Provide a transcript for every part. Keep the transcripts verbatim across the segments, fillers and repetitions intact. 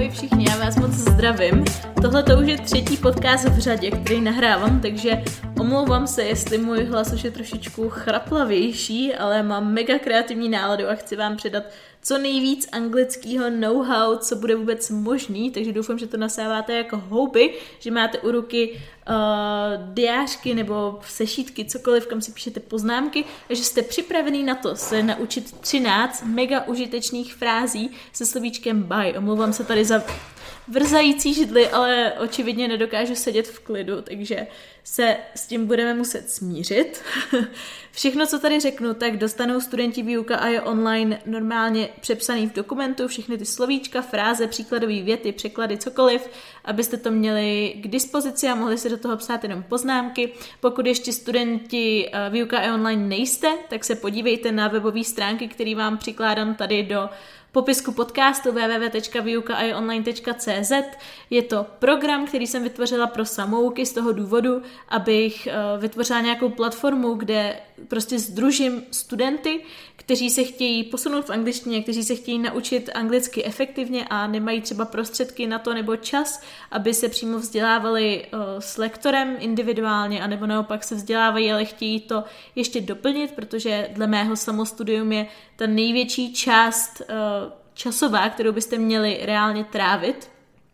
Ahoj všichni, já vás moc zdravím. Tohle to už je třetí podcast v řadě, který nahrávám, takže omlouvám se, jestli můj hlas už je trošičku chraplavější, ale mám mega kreativní náladu a chci vám předat co nejvíc anglického know-how, co bude vůbec možný, takže doufám, že to nasáváte jako houby, že máte u ruky uh, diářky nebo sešítky, cokoliv, kam si píšete poznámky a že jste připravený na to se naučit třináct mega užitečných frází se slovíčkem by. Omlouvám se tady za vrzající židli, ale očividně nedokážu sedět v klidu, takže se s tím budeme muset smířit. Všechno, co tady řeknu, tak dostanou studenti výuka a je online normálně přepsaný v dokumentu, všechny ty slovíčka, fráze, příkladové věty, překlady, cokoliv, abyste to měli k dispozici a mohli si do toho psát jenom poznámky. Pokud ještě studenti výuka a online nejste, tak se podívejte na webové stránky, které vám přikládám tady do popisku podcastu w w w tečka výuka a online tečka c z. Je to program, který jsem vytvořila pro samouky z toho důvodu, abych vytvořila nějakou platformu, kde prostě sdružím studenty, kteří se chtějí posunout v angličtině, kteří se chtějí naučit anglicky efektivně a nemají třeba prostředky na to nebo čas, aby se přímo vzdělávali s lektorem individuálně, anebo naopak se vzdělávají, ale chtějí to ještě doplnit, protože dle mého samostudium je ta největší část časová, kterou byste měli reálně trávit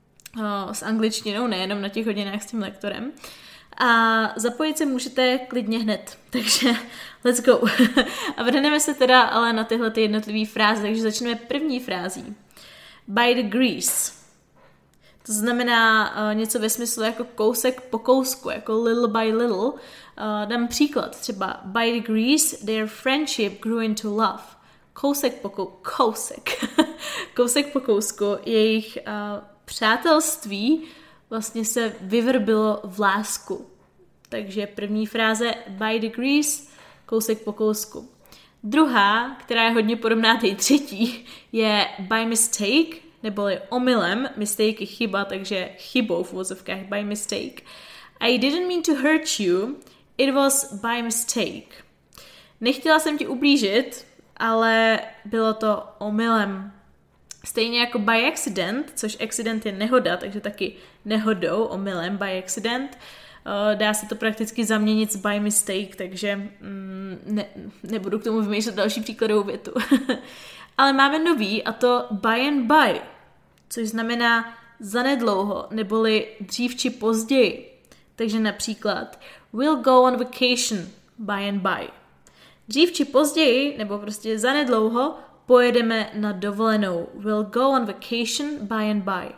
s angličtinou, nejenom na těch hodinách s tím lektorem. A zapojit se můžete klidně hned, takže let's go. A vrhneme se teda ale na tyhle ty jednotlivé fráze, takže začneme první frází. By the grease. To znamená uh, něco ve smyslu jako kousek po kousku, jako little by little. Uh, dám příklad, třeba by the grease their friendship grew into love. Kousek po kou- kousek. kousek po kousku jejich uh, přátelství vlastně se vyvrbilo v lásku. Takže první fráze by the grease, kousek po kousku. Druhá, která je hodně podobná té třetí, je by mistake, neboli omylem. Mistake je chyba, takže chybou v uvozovkách by mistake. I didn't mean to hurt you, it was by mistake. Nechtěla jsem ti ublížit, ale bylo to omylem. Stejně jako by accident, což accident je nehoda, takže taky nehodou, omylem, by accident. Dá se to prakticky zaměnit s by mistake, takže mm, ne, nebudu k tomu vymýšlet další příkladovou větu. Ale máme nový, a to by and by, což znamená zanedlouho, neboli dřív či později. Takže například we'll go on vacation by and by. Dřív či později, nebo prostě zanedlouho, pojedeme na dovolenou. We'll go on vacation by and by.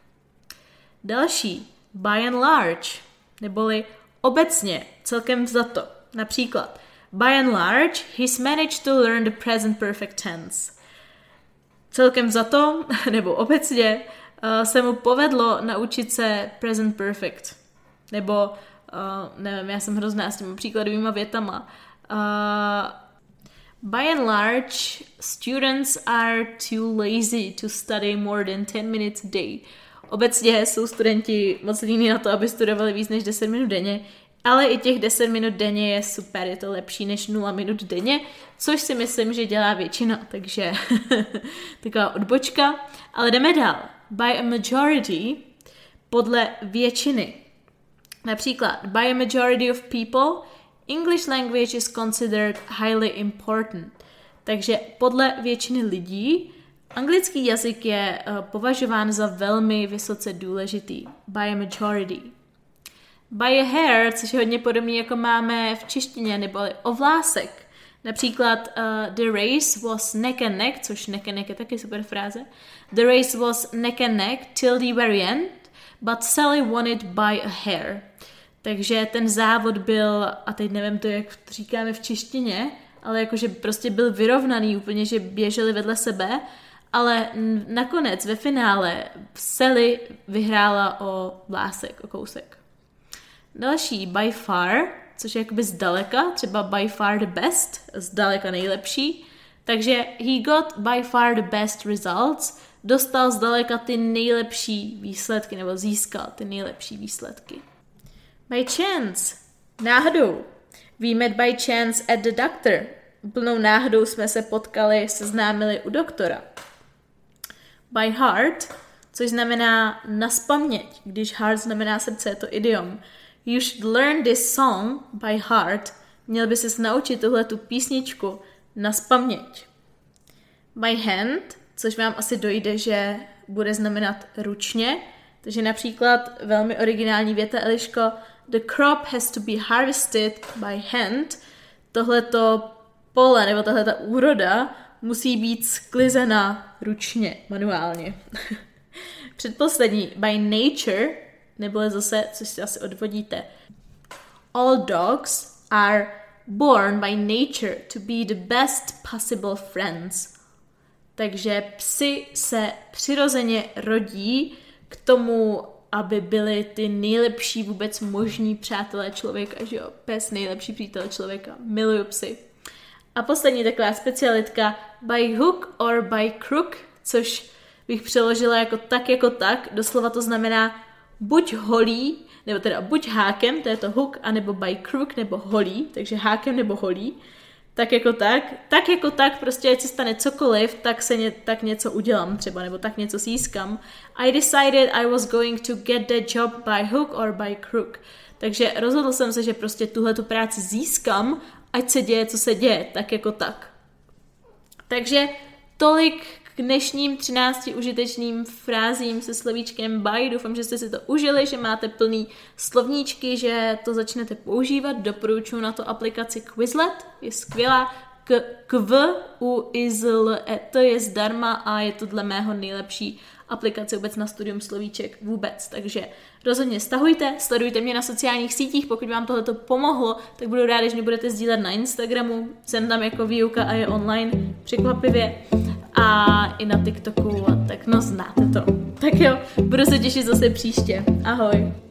Další, by and large, neboli obecně, celkem vzato. Například, by and large, he's managed to learn the present perfect tense. Celkem vzato, nebo obecně, uh, se mu povedlo naučit se present perfect. Nebo, uh, nevím, já jsem hrozná s těmi příkladovými větama. Uh, By and large, students are too lazy to study more than ten minutes a day. Obecně jsou studenti moc líní na to, aby studovali víc než deset minut denně, ale i těch deset minut denně je super, je to lepší než nula minut denně, což si myslím, že dělá většina, takže taková odbočka. Ale jdeme dál. By a majority, podle většiny. Například, by a majority of people, English language is considered highly important. Takže podle většiny lidí anglický jazyk je uh, považován za velmi vysoce důležitý. By a majority. By a hair, což je hodně podobný, jako máme v češtině, nebo o vlásek. Například uh, the race was neck and neck, což neck and neck je taky super fráze. The race was neck and neck till the very end, but Sally won it by a hair. Takže ten závod byl, a teď nevím to, jak to říkáme v češtině, ale jakože prostě byl vyrovnaný úplně, že běželi vedle sebe, ale nakonec ve finále Sally vyhrála o vlásek, o kousek. Další by far, což je jakoby zdaleka, třeba by far the best, zdaleka nejlepší, takže he got by far the best results, dostal zdaleka ty nejlepší výsledky, nebo získal ty nejlepší výsledky. By chance. Náhodou. We met by chance at the doctor. Úplnou náhodou jsme se potkali, seznámili u doktora. By heart. což znamená naspaměť, když heart znamená srdce, je to idiom. You should learn this song by heart. Měl by ses naučit tuhletu písničku naspaměť. By hand, což vám asi dojde, že bude znamenat ručně. Takže například velmi originální věta, Eliško, the crop has to be harvested by hand. Tohleto pole nebo tahleta úroda musí být sklizena ručně, manuálně. Předposlední, by nature, nebo zase, což si asi odvodíte. All dogs are born by nature to be the best possible friends. Takže psi se přirozeně rodí k tomu, aby byli ty nejlepší vůbec možní přátelé člověka, že jo? Pes nejlepší přítel člověka. Miluju psy. A poslední taková specialitka by hook or by crook, což bych přeložila jako tak jako tak. Doslova to znamená buď holí, nebo teda buď hákem, to je to hook, anebo by crook, nebo holí, takže hákem nebo holí. Tak jako tak, tak jako tak, prostě ať se stane cokoliv, tak se ně, tak něco udělám třeba, nebo tak něco získám. I decided I was going to get that job by hook or by crook. Takže rozhodl jsem se, že prostě tuhletu práci získám, ať se děje, co se děje, tak jako tak. Takže tolik k dnešním třinácti užitečným frázím se slovíčkem by. Doufám, že jste si to užili, že máte plný slovníčky, že to začnete používat. Doporučuji na to aplikaci Quizlet, je skvělá. K, kv u izl et je zdarma a je to dle mého nejlepší aplikace vůbec na studium slovíček vůbec. Takže rozhodně stahujte, sledujte mě na sociálních sítích, pokud vám tohleto pomohlo, tak budu ráda, že mě budete sdílet na Instagramu, jsem tam jako výuka a je online, překvapivě, a i na TikToku, tak no znáte to. Tak jo, budu se těšit zase příště. Ahoj.